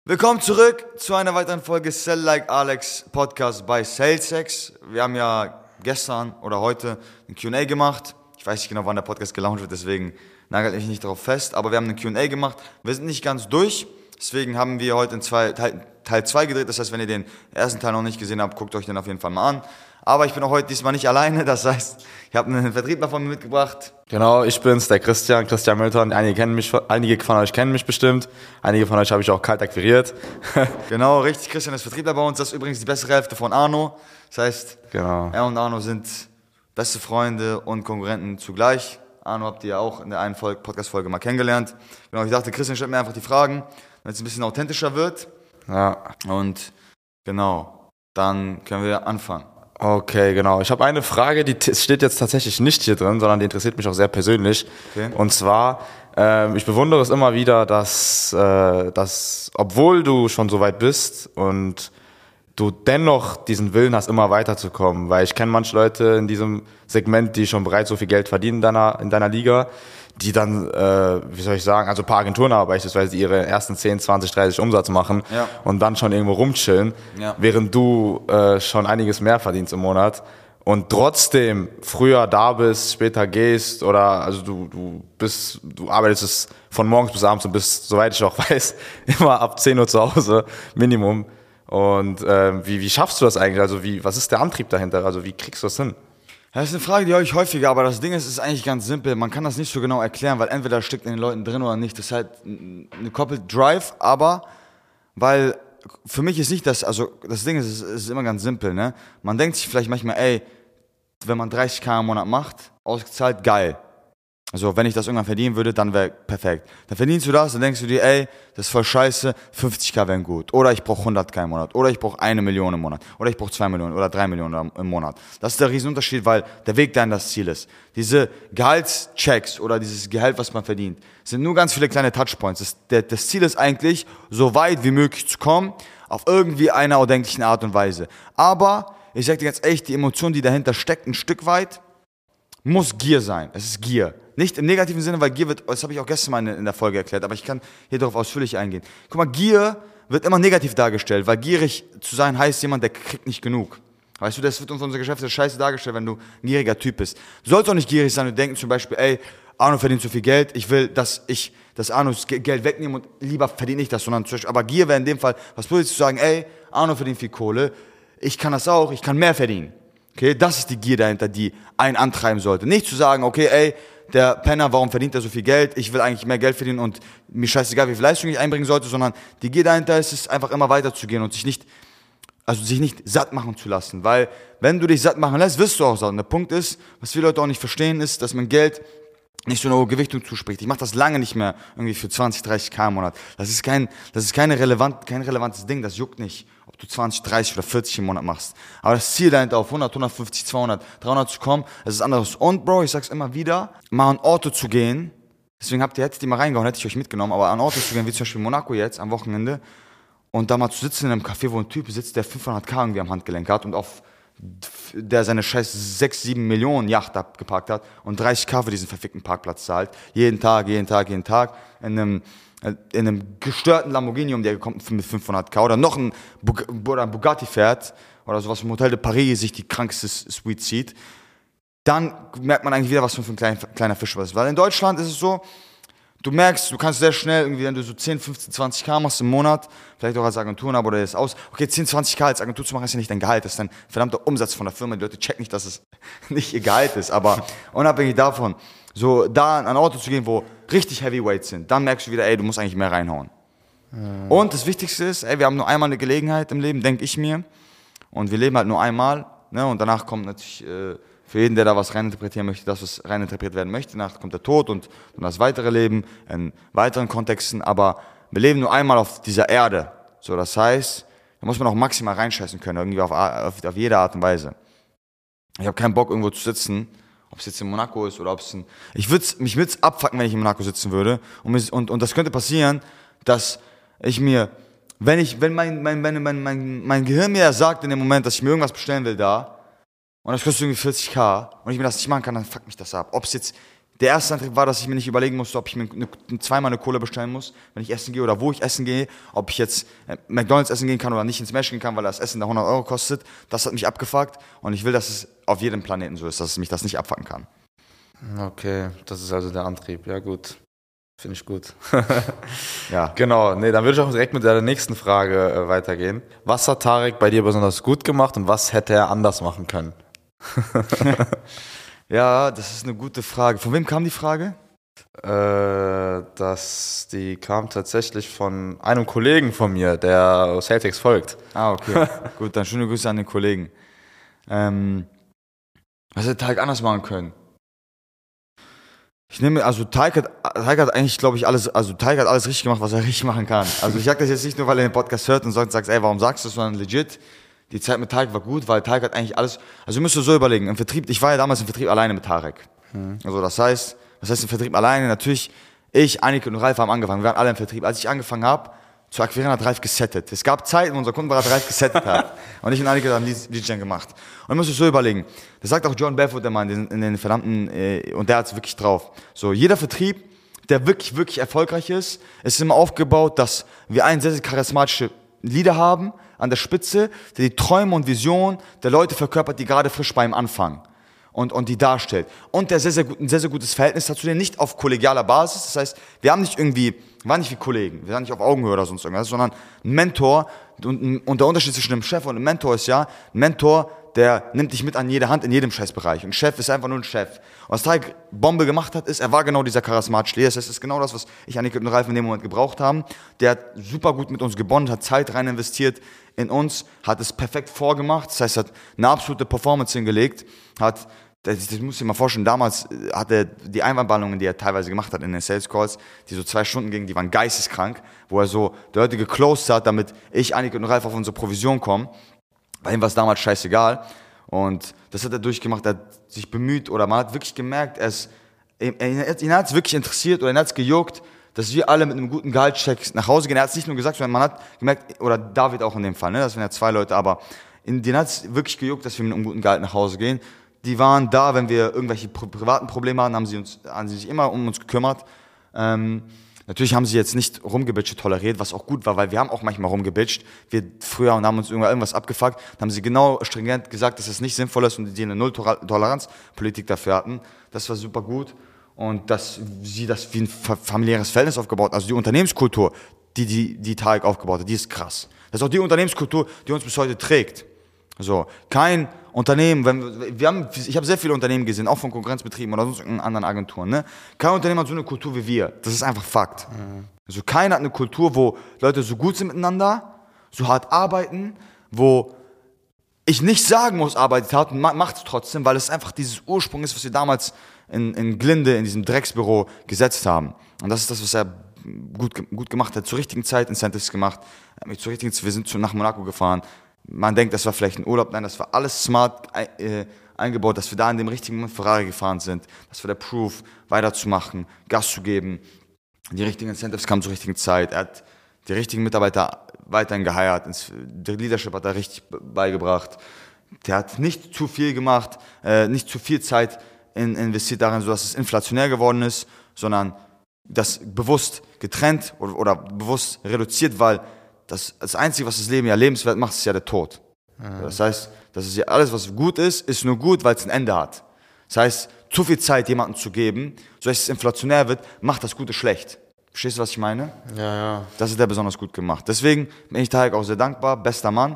Willkommen zurück zu einer weiteren Folge Sell Like Alex Podcast bei SalesX. Wir haben ja gestern oder heute ein Q&A gemacht. Ich weiß nicht genau, wann der Podcast gelauncht wird, deswegen nagelt mich nicht darauf fest. Aber wir haben ein Q&A gemacht. Wir sind nicht ganz durch, deswegen haben wir heute in Teil 2 gedreht. Das heißt, wenn ihr den ersten Teil noch nicht gesehen habt, guckt euch den auf jeden Fall mal an. Aber ich bin auch heute diesmal nicht alleine, das heißt, ich habe einen Vertriebler von mir mitgebracht. Genau, ich bin's, der Christian Milton. Einige von euch kennen mich bestimmt, einige von euch habe ich auch kalt akquiriert. Genau, richtig, Christian ist Vertriebler bei uns, das ist übrigens die bessere Hälfte von Arno. Das heißt, Genau. Er und Arno sind beste Freunde und Konkurrenten zugleich. Arno habt ihr ja auch in der einen Podcast-Folge mal kennengelernt. Genau, ich dachte, Christian stellt mir einfach die Fragen, wenn es ein bisschen authentischer wird. Ja. Und genau, dann können wir anfangen. Okay, genau. Ich habe eine Frage, die steht jetzt tatsächlich nicht hier drin, sondern die interessiert mich auch sehr persönlich. Okay. Und zwar, ich bewundere es immer wieder, dass obwohl du schon so weit bist und du dennoch diesen Willen hast, immer weiterzukommen. Weil ich kenne manche Leute in diesem Segment, die schon bereits so viel Geld verdienen in deiner Liga, die dann, also ein paar Agenturen haben beispielsweise, die ihre ersten 10, 20, 30 Umsatz machen und dann schon irgendwo rumchillen, während du schon einiges mehr verdienst im Monat und trotzdem früher da bist, später gehst oder also du arbeitest es von morgens bis abends und bist, soweit ich auch weiß, immer ab 10 Uhr zu Hause, Minimum. Und wie schaffst du das eigentlich? Also was ist der Antrieb dahinter? Also wie kriegst du das hin? Das ist eine Frage, die höre ich häufiger, aber das Ding ist, es ist eigentlich ganz simpel. Man kann das nicht so genau erklären, weil entweder steckt in den Leuten drin oder nicht. Das ist halt eine Corporate Drive, aber weil für mich ist nicht das, also das Ding ist, es ist immer ganz simpel, ne? Man denkt sich vielleicht manchmal, wenn man 30.000 im Monat macht, ausgezahlt, geil. Also wenn ich das irgendwann verdienen würde, dann wäre perfekt. Dann verdienst du das, dann denkst du dir, das ist voll scheiße, 50.000 wären gut. Oder ich brauche 100.000 im Monat. Oder ich brauche 1 Million im Monat. Oder ich brauche 2 Millionen oder 3 Millionen im Monat. Das ist der Riesenunterschied, weil der Weg dahin das Ziel ist. Diese Gehaltschecks oder dieses Gehalt, was man verdient, sind nur ganz viele kleine Touchpoints. Das Ziel ist eigentlich, so weit wie möglich zu kommen, auf irgendwie eine erdenklichen Art und Weise. Aber, ich sag dir ganz ehrlich, die Emotion, die dahinter steckt, ein Stück weit, muss Gier sein. Es ist Gier. Nicht im negativen Sinne, weil Gier das habe ich auch gestern mal in der Folge erklärt, aber ich kann hier darauf ausführlich eingehen. Guck mal, Gier wird immer negativ dargestellt, weil gierig zu sein heißt jemand, der kriegt nicht genug. Weißt du, das wird uns unsere Geschäfte scheiße dargestellt, wenn du ein gieriger Typ bist. Du sollst auch nicht gierig sein und denken zum Beispiel, Arno verdient so viel Geld, ich will, dass Arnos Geld wegnehme und lieber verdiene ich das, sondern zum Beispiel, aber Gier wäre in dem Fall, was Positives zu sagen, Arno verdient viel Kohle, ich kann das auch, ich kann mehr verdienen. Okay, das ist die Gier dahinter, die einen antreiben sollte. Nicht zu sagen, okay, der Penner, warum verdient er so viel Geld? Ich will eigentlich mehr Geld verdienen und mir scheißegal, wie viel Leistung ich einbringen sollte, sondern die Gier dahinter ist es, einfach immer weiterzugehen und sich nicht satt machen zu lassen. Weil, wenn du dich satt machen lässt, wirst du auch satt. Und der Punkt ist, was viele Leute auch nicht verstehen, ist, dass man Geld nicht so eine hohe Gewichtung zuspricht. Ich mache das lange nicht mehr irgendwie für 20, 30.000 im Monat. Das ist kein relevantes Ding, das juckt nicht, ob du 20, 30 oder 40 im Monat machst. Aber das Ziel dahinter auf 100, 150, 200, 300 zu kommen, das ist anderes. Und Bro, ich sag's immer wieder, mal an Orte zu gehen, deswegen hättet ihr mal reingehauen, hätte ich euch mitgenommen, aber an Orte zu gehen, wie zum Beispiel Monaco jetzt am Wochenende, und da mal zu sitzen in einem Café, wo ein Typ sitzt, der 500.000 irgendwie am Handgelenk hat und der seine scheiß 6, 7 Millionen Yacht abgeparkt hat und 30.000 für diesen verfickten Parkplatz zahlt. Jeden Tag. In einem gestörten Lamborghini um die Ecke kommt mit 500.000 oder noch ein Bugatti fährt oder sowas im Hotel de Paris sich die krankste Suite zieht. Dann merkt man eigentlich wieder, was für ein kleiner Fisch was ist. Weil in Deutschland ist es so, du merkst, du kannst sehr schnell irgendwie, wenn du so 10, 15, 20.000 machst im Monat, vielleicht auch als Agenturenabo oder das aus, okay, 10, 20.000 als Agentur zu machen, ist ja nicht dein Gehalt, das ist dein verdammter Umsatz von der Firma. Die Leute checken nicht, dass es nicht ihr Gehalt ist, aber unabhängig davon, so da an Orte zu gehen, wo richtig Heavyweights sind, dann merkst du wieder, du musst eigentlich mehr reinhauen. Und das Wichtigste ist, wir haben nur einmal eine Gelegenheit im Leben, denke ich mir, und wir leben halt nur einmal, ne? Und danach kommt natürlich für jeden, der da was reininterpretieren möchte, das, was reininterpretiert werden möchte. Danach kommt der Tod und das weitere Leben in weiteren Kontexten. Aber wir leben nur einmal auf dieser Erde. So, das heißt, da muss man auch maximal reinscheißen können, irgendwie auf jede Art und Weise. Ich habe keinen Bock, irgendwo zu sitzen, ob es jetzt in Monaco ist oder ob es mich würde es abfucken, wenn ich in Monaco sitzen würde. Und das könnte passieren, dass ich mir, wenn mein Gehirn mir sagt in dem Moment, dass ich mir irgendwas bestellen will da, und das kostet irgendwie 40.000 und ich mir das nicht machen kann, dann fuckt mich das ab. Ob es jetzt Der erste Antrieb war, dass ich mir nicht überlegen musste, ob ich mir zweimal eine Cola bestellen muss, wenn ich essen gehe oder wo ich essen gehe, ob ich jetzt McDonald's essen gehen kann oder nicht ins Smash gehen kann, weil das Essen da 100 Euro kostet. Das hat mich abgefuckt und ich will, dass es auf jedem Planeten so ist, dass es mich das nicht abfucken kann. Okay, das ist also der Antrieb. Ja, gut. Finde ich gut. Ja. Genau, nee, dann würde ich auch direkt mit der nächsten Frage weitergehen. Was hat Tarek bei dir besonders gut gemacht und was hätte er anders machen können? Ja, das ist eine gute Frage. Von wem kam die Frage? Die kam tatsächlich von einem Kollegen von mir, der Celtics folgt. Ah, okay. Gut, dann schöne Grüße an den Kollegen. Was hätte Tarek anders machen können? Tarek hat eigentlich, glaube ich, Tarek hat alles richtig gemacht, was er richtig machen kann. Also ich sage das jetzt nicht nur, weil er den Podcast hört und sagt, ey, warum sagst du das, sondern legit. Die Zeit mit Tarek war gut, weil Tarek hat eigentlich alles, also ihr müsst so überlegen, im Vertrieb, ich war ja damals im Vertrieb alleine mit Tarek. Also das heißt im Vertrieb alleine, natürlich, ich, Annike und Ralf haben angefangen, wir waren alle im Vertrieb. Als ich angefangen habe, zu akquirieren, hat Ralf gesettet. Es gab Zeiten, wo unser Kundenberater Ralf gesettet hat. Und ich und Annike haben Lead-Gen gemacht. Und ihr müsst so überlegen, das sagt auch John Belfort, der Mann, in den verdammten, und der hat es wirklich drauf. So, jeder Vertrieb, der wirklich, wirklich erfolgreich ist immer aufgebaut, dass wir einen sehr, sehr charismatische Leader haben, an der Spitze, der die Träume und Visionen der Leute verkörpert, die gerade frisch bei ihm anfangen und die darstellt. Und der ein sehr, sehr gutes Verhältnis hat zu denen, nicht auf kollegialer Basis. Das heißt, wir waren nicht wie Kollegen, wir waren nicht auf Augenhöhe oder sonst irgendwas, sondern ein Mentor. Und der Unterschied zwischen einem Chef und einem Mentor ist ja, ein Mentor, der nimmt dich mit an jede Hand in jedem Scheißbereich. Und Chef ist einfach nur ein Chef. Und was Tarek Bombe gemacht hat, er war genau dieser charismatische Leader. Das heißt, es ist genau das, was ich, Annike und Ralf in dem Moment gebraucht haben. Der hat super gut mit uns gebondet, hat Zeit rein investiert in uns, hat es perfekt vorgemacht. Das heißt, hat eine absolute Performance hingelegt, das muss ich dir mal vorstellen, damals hat er die Einwandballungen, die er teilweise gemacht hat in den Sales Calls, die so 2 Stunden gingen, die waren geisteskrank, wo er so die Leute geclosed hat, damit ich, Annike und Ralf auf unsere Provision kommen. Bei ihm war es damals scheißegal. Und das hat er durchgemacht, er hat sich bemüht oder man hat wirklich gemerkt, ihn hat es wirklich interessiert oder ihn hat es gejuckt, dass wir alle mit einem guten Gehaltscheck nach Hause gehen. Er hat es nicht nur gesagt, sondern man hat gemerkt, oder David auch in dem Fall, ne? Das waren ja 2 Leute, aber denen hat es wirklich gejuckt, dass wir mit einem guten Gehalt nach Hause gehen. Die waren da, wenn wir irgendwelche privaten Probleme hatten, haben sie sich immer um uns gekümmert. Natürlich haben sie jetzt nicht rumgebitcht toleriert, was auch gut war, weil wir haben auch manchmal rumgebitcht. Wir früher und haben uns irgendwas abgefuckt. Dann haben sie genau stringent gesagt, dass es nicht sinnvoll ist und die eine Null-Toleranz-Politik dafür hatten. Das war super gut. Und dass sie das wie ein familiäres Verhältnis aufgebaut haben. Also die Unternehmenskultur, die Tarek aufgebaut hat, die ist krass. Das ist auch die Unternehmenskultur, die uns bis heute trägt. So, kein Unternehmen, ich habe sehr viele Unternehmen gesehen, auch von Konkurrenzbetrieben oder sonst anderen Agenturen, ne? Kein Unternehmen hat so eine Kultur wie wir. Das ist einfach Fakt. Also keiner hat eine Kultur, wo Leute so gut sind miteinander, so hart arbeiten, wo ich nicht sagen muss, arbeitet hart und macht es trotzdem, weil es einfach dieses Ursprung ist, was wir damals in Glinde, in diesem Drecksbüro gesetzt haben. Und das ist das, was er gut gemacht hat. Zur richtigen Zeit Incentives gemacht. Wir sind nach Monaco gefahren. Man denkt, das war vielleicht ein Urlaub. Nein, das war alles smart eingebaut, dass wir da in dem richtigen Moment Ferrari gefahren sind. Das war der Proof, weiterzumachen, Gas zu geben. Die richtigen Incentives kamen zur richtigen Zeit. Er hat die richtigen Mitarbeiter weiterhin geheiert. Der Leadership hat er richtig beigebracht. Der hat nicht zu viel gemacht, nicht zu viel Zeit investiert darin, sodass es inflationär geworden ist, sondern das bewusst getrennt oder bewusst reduziert, weil das Einzige, was das Leben ja lebenswert macht, ist ja der Tod. Das heißt, das ist ja alles, was gut ist nur gut, weil es ein Ende hat. Das heißt, zu viel Zeit jemandem zu geben, sodass es inflationär wird, macht das Gute schlecht. Verstehst du, was ich meine? Ja. Das ist der besonders gut gemacht. Deswegen bin ich Tarek auch sehr dankbar, bester Mann.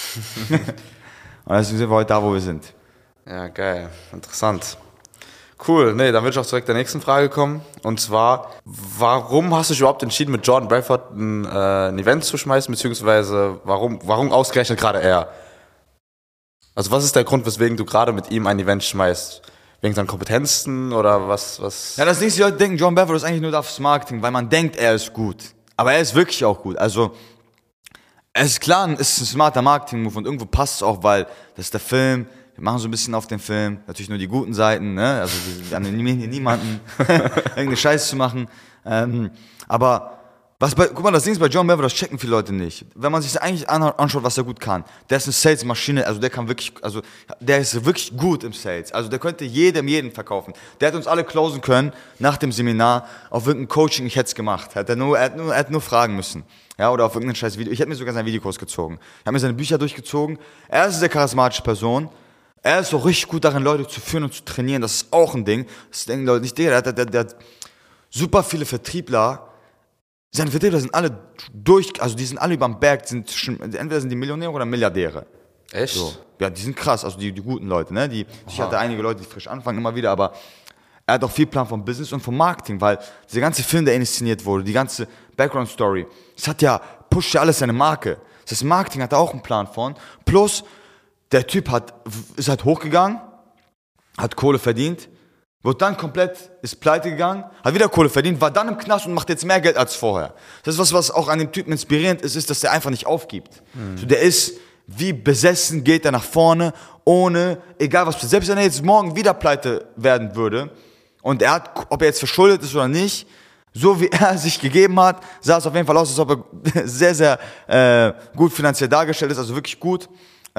Und deswegen sind wir heute da, wo wir sind. Ja, geil. Interessant. Cool, dann würde ich auch direkt der nächsten Frage kommen. Und zwar, warum hast du dich überhaupt entschieden, mit Jordan Belfort ein Event zu schmeißen, beziehungsweise warum ausgerechnet gerade er? Also was ist der Grund, weswegen du gerade mit ihm ein Event schmeißt? Wegen seinen Kompetenzen oder was? Ja, das nächste, die Leute denken, Jordan Belfort ist eigentlich nur das Marketing, weil man denkt, er ist gut. Aber er ist wirklich auch gut. Also, es ist klar, es ist ein smarter Marketing-Move und irgendwo passt es auch, weil das ist der Film. Wir machen so ein bisschen auf den Film, natürlich nur die guten Seiten, ne? Also wir animieren hier niemanden, irgendeine Scheiße zu machen. Aber Guck mal, das Ding ist bei John Beverly, das checken viele Leute nicht. Wenn man sich das eigentlich anschaut, was er gut kann, der ist eine Sales-Maschine, also der kann wirklich, also der ist wirklich gut im Sales. Also der könnte jeden verkaufen. Der hat uns alle closen können nach dem Seminar auf irgendein Coaching, ich hätte es gemacht. Er hat nur fragen müssen. Ja, oder auf irgendein scheiß Video. Ich hätte mir sogar seinen Videokurs gezogen. Ich habe mir seine Bücher durchgezogen. Er ist eine sehr charismatische Person. Er ist auch richtig gut darin, Leute zu führen und zu trainieren. Das ist auch ein Ding. Das denken Leute nicht. Der hat super viele Vertriebler. Seine Vertriebler sind alle also die sind alle überm Berg, entweder sind die Millionäre oder Milliardäre. Echt? So. Ja, die sind krass, also die guten Leute, ne? Ich hatte einige Leute, die frisch anfangen, immer wieder, aber er hat auch viel Plan vom Business und vom Marketing, weil dieser ganze Film, der inszeniert wurde, die ganze Background-Story, pusht ja alles seine Marke. Das Marketing hat er auch einen Plan von. Plus, der Typ ist halt hochgegangen, hat Kohle verdient, wurde dann ist pleite gegangen, hat wieder Kohle verdient, war dann im Knast und macht jetzt mehr Geld als vorher. Das ist was auch an dem Typen inspirierend ist, dass der einfach nicht aufgibt. So, der ist wie besessen, geht er nach vorne, egal was passiert. Selbst wenn er jetzt morgen wieder pleite werden würde und ob er jetzt verschuldet ist oder nicht, so wie er sich gegeben hat, sah es auf jeden Fall aus, als ob er sehr, sehr gut finanziell dargestellt ist, also wirklich gut.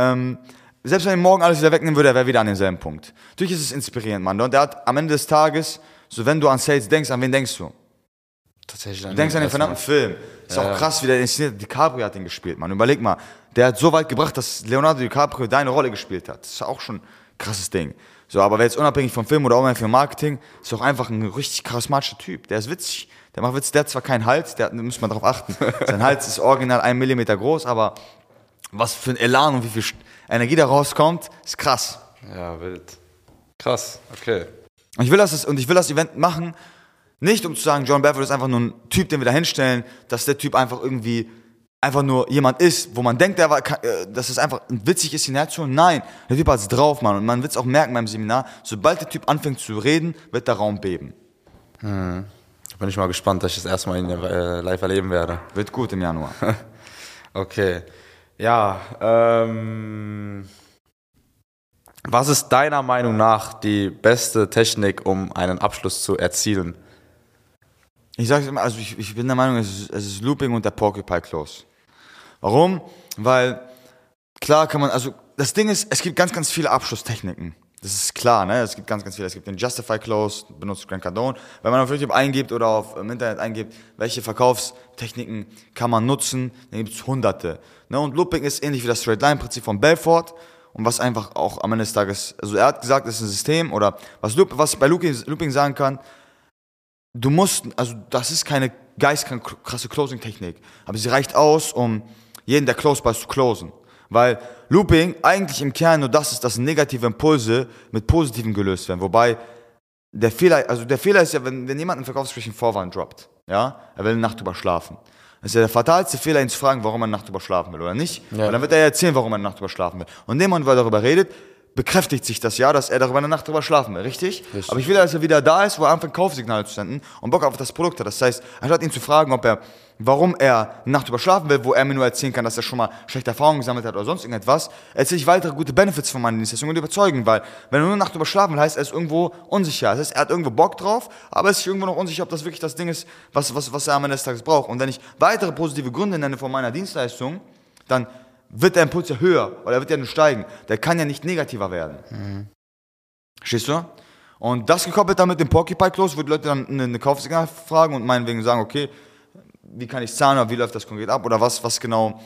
Selbst wenn er morgen alles wieder wegnehmen würde, er wäre wieder an demselben Punkt. Natürlich ist es inspirierend, Mann. Und er hat am Ende des Tages, so wenn du an Sales denkst, an wen denkst du? Tatsächlich. Du denkst an den verdammten Film. Ist auch krass, wie der inszeniert. DiCaprio hat den gespielt, Mann. Überleg mal, der hat so weit gebracht, dass Leonardo DiCaprio deine Rolle gespielt hat. Das ist auch schon ein krasses Ding. So, aber wer jetzt unabhängig vom Film oder unabhängig vom Marketing, ist auch einfach ein richtig charismatischer Typ. Der ist witzig. Der macht Witz, der hat zwar keinen Hals, da muss man drauf achten. Sein Hals ist original 1 Millimeter groß, aber was für ein Elan und wie viel Energie da rauskommt, ist krass. Ja, wild. Krass, okay. Und ich will das Event machen, nicht um zu sagen, John Belfort ist einfach nur ein Typ, den wir da hinstellen, dass der Typ einfach nur jemand ist, wo man denkt, dass es einfach witzig ist, ihn herzuholen. Nein, der Typ hat es drauf, Mann. Und man wird es auch merken beim Seminar, sobald der Typ anfängt zu reden, wird der Raum beben. Da bin ich mal gespannt, dass ich das erstmal live erleben werde. Wird gut im Januar. Okay. Ja, was ist deiner Meinung nach die beste Technik, um einen Abschluss zu erzielen? Ich sag's immer, also ich bin der Meinung, es ist Looping und der Porcupine Close. Warum? Weil, klar kann man, also das Ding ist, es gibt ganz, ganz viele Abschlusstechniken. Das ist klar, ne? Es gibt ganz, ganz viele. Es gibt den Justify Close, benutzt Grant Cardone. Wenn man auf YouTube eingibt oder im Internet eingibt, welche Verkaufstechniken kann man nutzen, dann gibt es hunderte. Ne? Und Looping ist ähnlich wie das Straight-Line-Prinzip von Belfort. Und was einfach auch am Ende des Tages, also er hat gesagt, es ist ein System, oder was ich bei Looping sagen kann, das ist keine krasse Closing-Technik, aber sie reicht aus, um jeden der Close-Bars zu closen. Weil Looping eigentlich im Kern nur das ist, dass negative Impulse mit positiven gelöst werden. Wobei der Fehler ist ja, wenn jemand im Verkaufsgespräch einen Vorwand droppt, ja, er will eine Nacht drüber schlafen. Das ist ja der fatalste Fehler, ihn zu fragen, warum er eine Nacht drüber schlafen will oder nicht. Ja. Und dann wird er erzählen, warum er eine Nacht drüber schlafen will. Und in dem Moment, wo er darüber redet, bekräftigt sich das ja, dass er darüber eine Nacht drüber schlafen will, richtig? Aber ich will, dass er wieder da ist, wo er anfängt, Kaufsignale zu senden und Bock auf das Produkt hat. Das heißt, anstatt ihn zu fragen, warum er eine Nacht drüber schlafen will, wo er mir nur erzählen kann, dass er schon mal schlechte Erfahrungen gesammelt hat oder sonst irgendetwas, erzähle ich weitere gute Benefits von meiner Dienstleistung und überzeugen, weil wenn er nur eine Nacht drüber schlafen will, heißt er ist irgendwo unsicher. Das heißt, er hat irgendwo Bock drauf, aber ist sich irgendwo noch unsicher, ob das wirklich das Ding ist, was er am Ende des Tages braucht. Und wenn ich weitere positive Gründe nenne von meiner Dienstleistung, dann wird der Impuls ja höher, oder er wird ja nur steigen. Der kann ja nicht negativer werden. Verstehst du? Und das gekoppelt dann mit dem Porcupine Close, wo die Leute dann eine Kaufsignal fragen und meinetwegen sagen, okay, wie kann ich zahlen oder wie läuft das konkret ab oder was genau,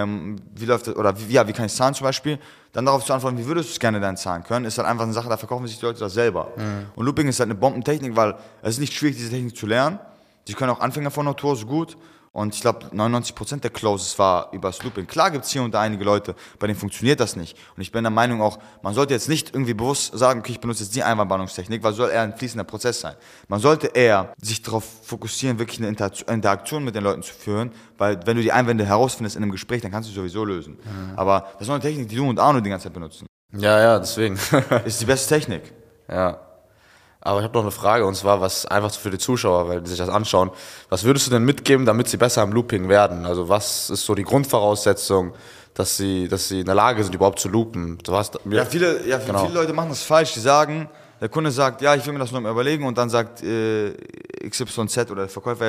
wie läuft das, oder wie kann ich zahlen zum Beispiel, dann darauf zu antworten, wie würdest du es gerne dann zahlen können, ist halt einfach eine Sache, da verkaufen sich die Leute das selber. Und Looping ist halt eine Bombentechnik, weil es ist nicht schwierig, diese Technik zu lernen. Sie können auch Anfänger von Natur so gut. Und ich glaube, 99% der Closes war übers Looping. Klar gibt es hier und da einige Leute, bei denen funktioniert das nicht. Und ich bin der Meinung auch, man sollte jetzt nicht irgendwie bewusst sagen, okay, ich benutze jetzt die Einwandbehandlungstechnik, weil es soll eher ein fließender Prozess sein. Man sollte eher sich darauf fokussieren, wirklich eine Interaktion mit den Leuten zu führen, weil wenn du die Einwände herausfindest in einem Gespräch, dann kannst du sie sowieso lösen. Aber das ist noch eine Technik, die du und Arno die ganze Zeit benutzen. Ja, deswegen. Ist die beste Technik. Ja. Aber ich habe noch eine Frage, und zwar, was einfach für die Zuschauer, weil die sich das anschauen, was würdest du denn mitgeben, damit sie besser im Looping werden? Also was ist so die Grundvoraussetzung, dass sie in der Lage sind, überhaupt zu loopen? Viele Leute machen das falsch, die sagen, der Kunde sagt, ja, ich will mir das noch mal überlegen und dann sagt XYZ oder der Verkäufer jetzt,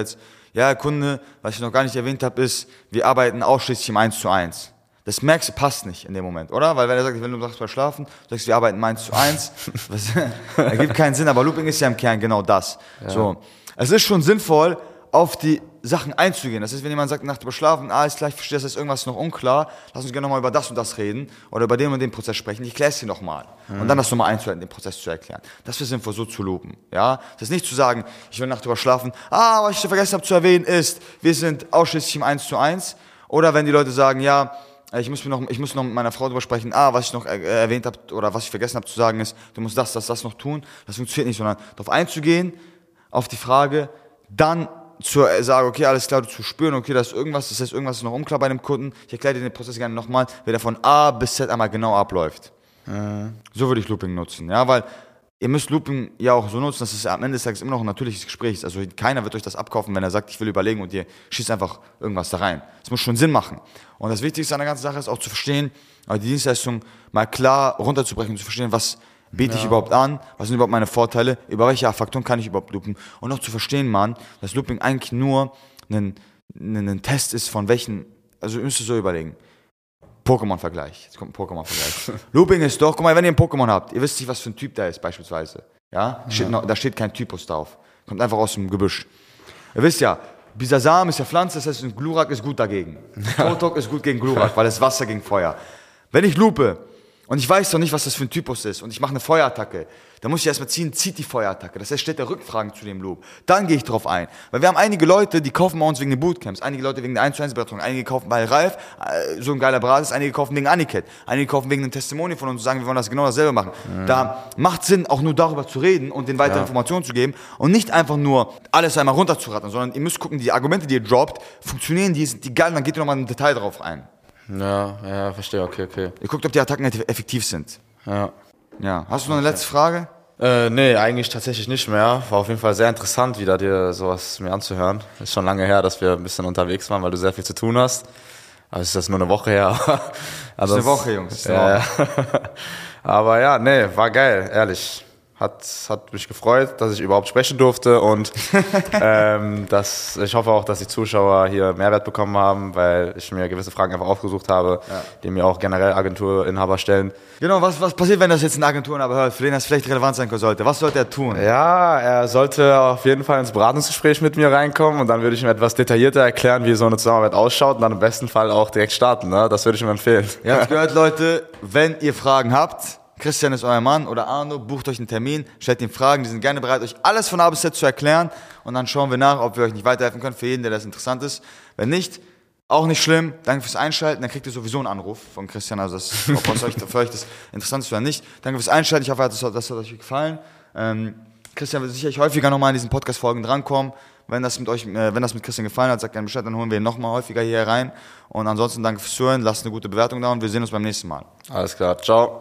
Ja, Kunde, was ich noch gar nicht erwähnt habe, ist, wir arbeiten ausschließlich im 1:1. Das merkst du, passt nicht in dem Moment, oder? Weil wenn er sagt, ich will nur nachts mal schlafen, sagst du, wir arbeiten im 1:1. Das ergibt keinen Sinn, aber Looping ist ja im Kern genau das. Ja. So. Es ist schon sinnvoll, auf die Sachen einzugehen. Das ist, wenn jemand sagt, Nacht über Schlafen, ist klar, ich verstehe, das ist irgendwas noch unklar, lass uns gerne nochmal über das und das reden oder über den und den Prozess sprechen, ich kläre es dir nochmal. Und dann das nochmal einzuleiten, den Prozess zu erklären. Das ist sinnvoll, so zu loopen. Ja? Das ist nicht zu sagen, ich will Nacht über Schlafen, was ich vergessen habe zu erwähnen ist, wir sind ausschließlich im 1:1. Oder wenn die Leute sagen, ja, ich muss noch mit meiner Frau drüber sprechen, was ich noch erwähnt habe oder was ich vergessen habe zu sagen ist, du musst das noch tun. Das funktioniert nicht, sondern darauf einzugehen, auf die Frage, dann zu sagen, okay, alles klar, zu spüren, okay, das heißt, irgendwas ist noch unklar bei dem Kunden, ich erkläre dir den Prozess gerne nochmal, wie der von A bis Z einmal genau abläuft. So würde ich Looping nutzen, ja, weil ihr müsst Looping ja auch so nutzen, dass es am Ende des Tages immer noch ein natürliches Gespräch ist. Also keiner wird euch das abkaufen, wenn er sagt, ich will überlegen und ihr schießt einfach irgendwas da rein. Es muss schon Sinn machen. Und das Wichtigste an der ganzen Sache ist auch zu verstehen, die Dienstleistung mal klar runterzubrechen, zu verstehen, was biete ich überhaupt an, was sind überhaupt meine Vorteile, über welche Faktoren kann ich überhaupt loopen und auch zu verstehen, Mann, dass Looping eigentlich nur ein Test ist von welchen, also ihr müsst es so überlegen. Pokémon-Vergleich. Jetzt kommt ein Pokémon-Vergleich. Looping ist doch, guck mal, wenn ihr ein Pokémon habt, ihr wisst nicht, was für ein Typ da ist, beispielsweise. Ja? Da steht kein Typus drauf. Kommt einfach aus dem Gebüsch. Ihr wisst ja, Bisasam ist ja Pflanze, das heißt, Glurak ist gut dagegen. Totok ist gut gegen Glurak, weil es Wasser gegen Feuer. Wenn ich loope und ich weiß doch nicht, was das für ein Typus ist und ich mache eine Feuerattacke, dann muss ich erstmal ziehen, zieht die Feuerattacke. Das heißt, stellt der Rückfragen zu dem Loop. Dann gehe ich drauf ein. Weil wir haben einige Leute, die kaufen bei uns wegen den Bootcamps, einige Leute wegen der 1:1-Beratung, einige kaufen bei Ralf, so ein geiler Basis, einige kaufen wegen Aniket, einige kaufen wegen einem Testimonial von uns und sagen, wir wollen das genau dasselbe machen. Da macht Sinn, auch nur darüber zu reden und den weitere Informationen zu geben und nicht einfach nur alles einmal runterzurattern, sondern ihr müsst gucken, die Argumente, die ihr droppt, funktionieren die, sind die geil, dann geht ihr nochmal im Detail drauf ein. Ja, verstehe, okay. Ihr guckt, ob die Attacken effektiv sind. Ja. Hast du noch eine letzte Frage? Nee, eigentlich tatsächlich nicht mehr. War auf jeden Fall sehr interessant, wieder dir sowas mir anzuhören. Ist schon lange her, dass wir ein bisschen unterwegs waren, weil du sehr viel zu tun hast. Also ist das nur eine Woche her. Also eine Woche, Jungs. Aber ja, nee, war geil, ehrlich. Hat mich gefreut, dass ich überhaupt sprechen durfte und ich hoffe auch, dass die Zuschauer hier Mehrwert bekommen haben, weil ich mir gewisse Fragen einfach aufgesucht habe, die mir auch generell Agenturinhaber stellen. Genau, was passiert, wenn das jetzt ein Agenturinhaber hört, für den das vielleicht relevant sein sollte? Was sollte er tun? Ja, er sollte auf jeden Fall ins Beratungsgespräch mit mir reinkommen und dann würde ich ihm etwas detaillierter erklären, wie so eine Zusammenarbeit ausschaut und dann im besten Fall auch direkt starten. Ne? Das würde ich ihm empfehlen. Ihr habt gehört, Leute, wenn ihr Fragen habt, Christian ist euer Mann oder Arno, bucht euch einen Termin, stellt ihm Fragen, die sind gerne bereit, euch alles von A bis Z zu erklären und dann schauen wir nach, ob wir euch nicht weiterhelfen können, für jeden, der das interessant ist. Wenn nicht, auch nicht schlimm, danke fürs Einschalten, dann kriegt ihr sowieso einen Anruf von Christian, also ob für euch das interessant ist oder nicht. Danke fürs Einschalten, ich hoffe, das hat euch gefallen. Christian wird sicherlich häufiger nochmal in diesen Podcast-Folgen drankommen. Wenn das mit Christian gefallen hat, sagt gerne Bescheid, dann holen wir ihn nochmal häufiger hier rein. Und ansonsten danke fürs Zuhören, lasst eine gute Bewertung da und wir sehen uns beim nächsten Mal. Alles klar, ciao.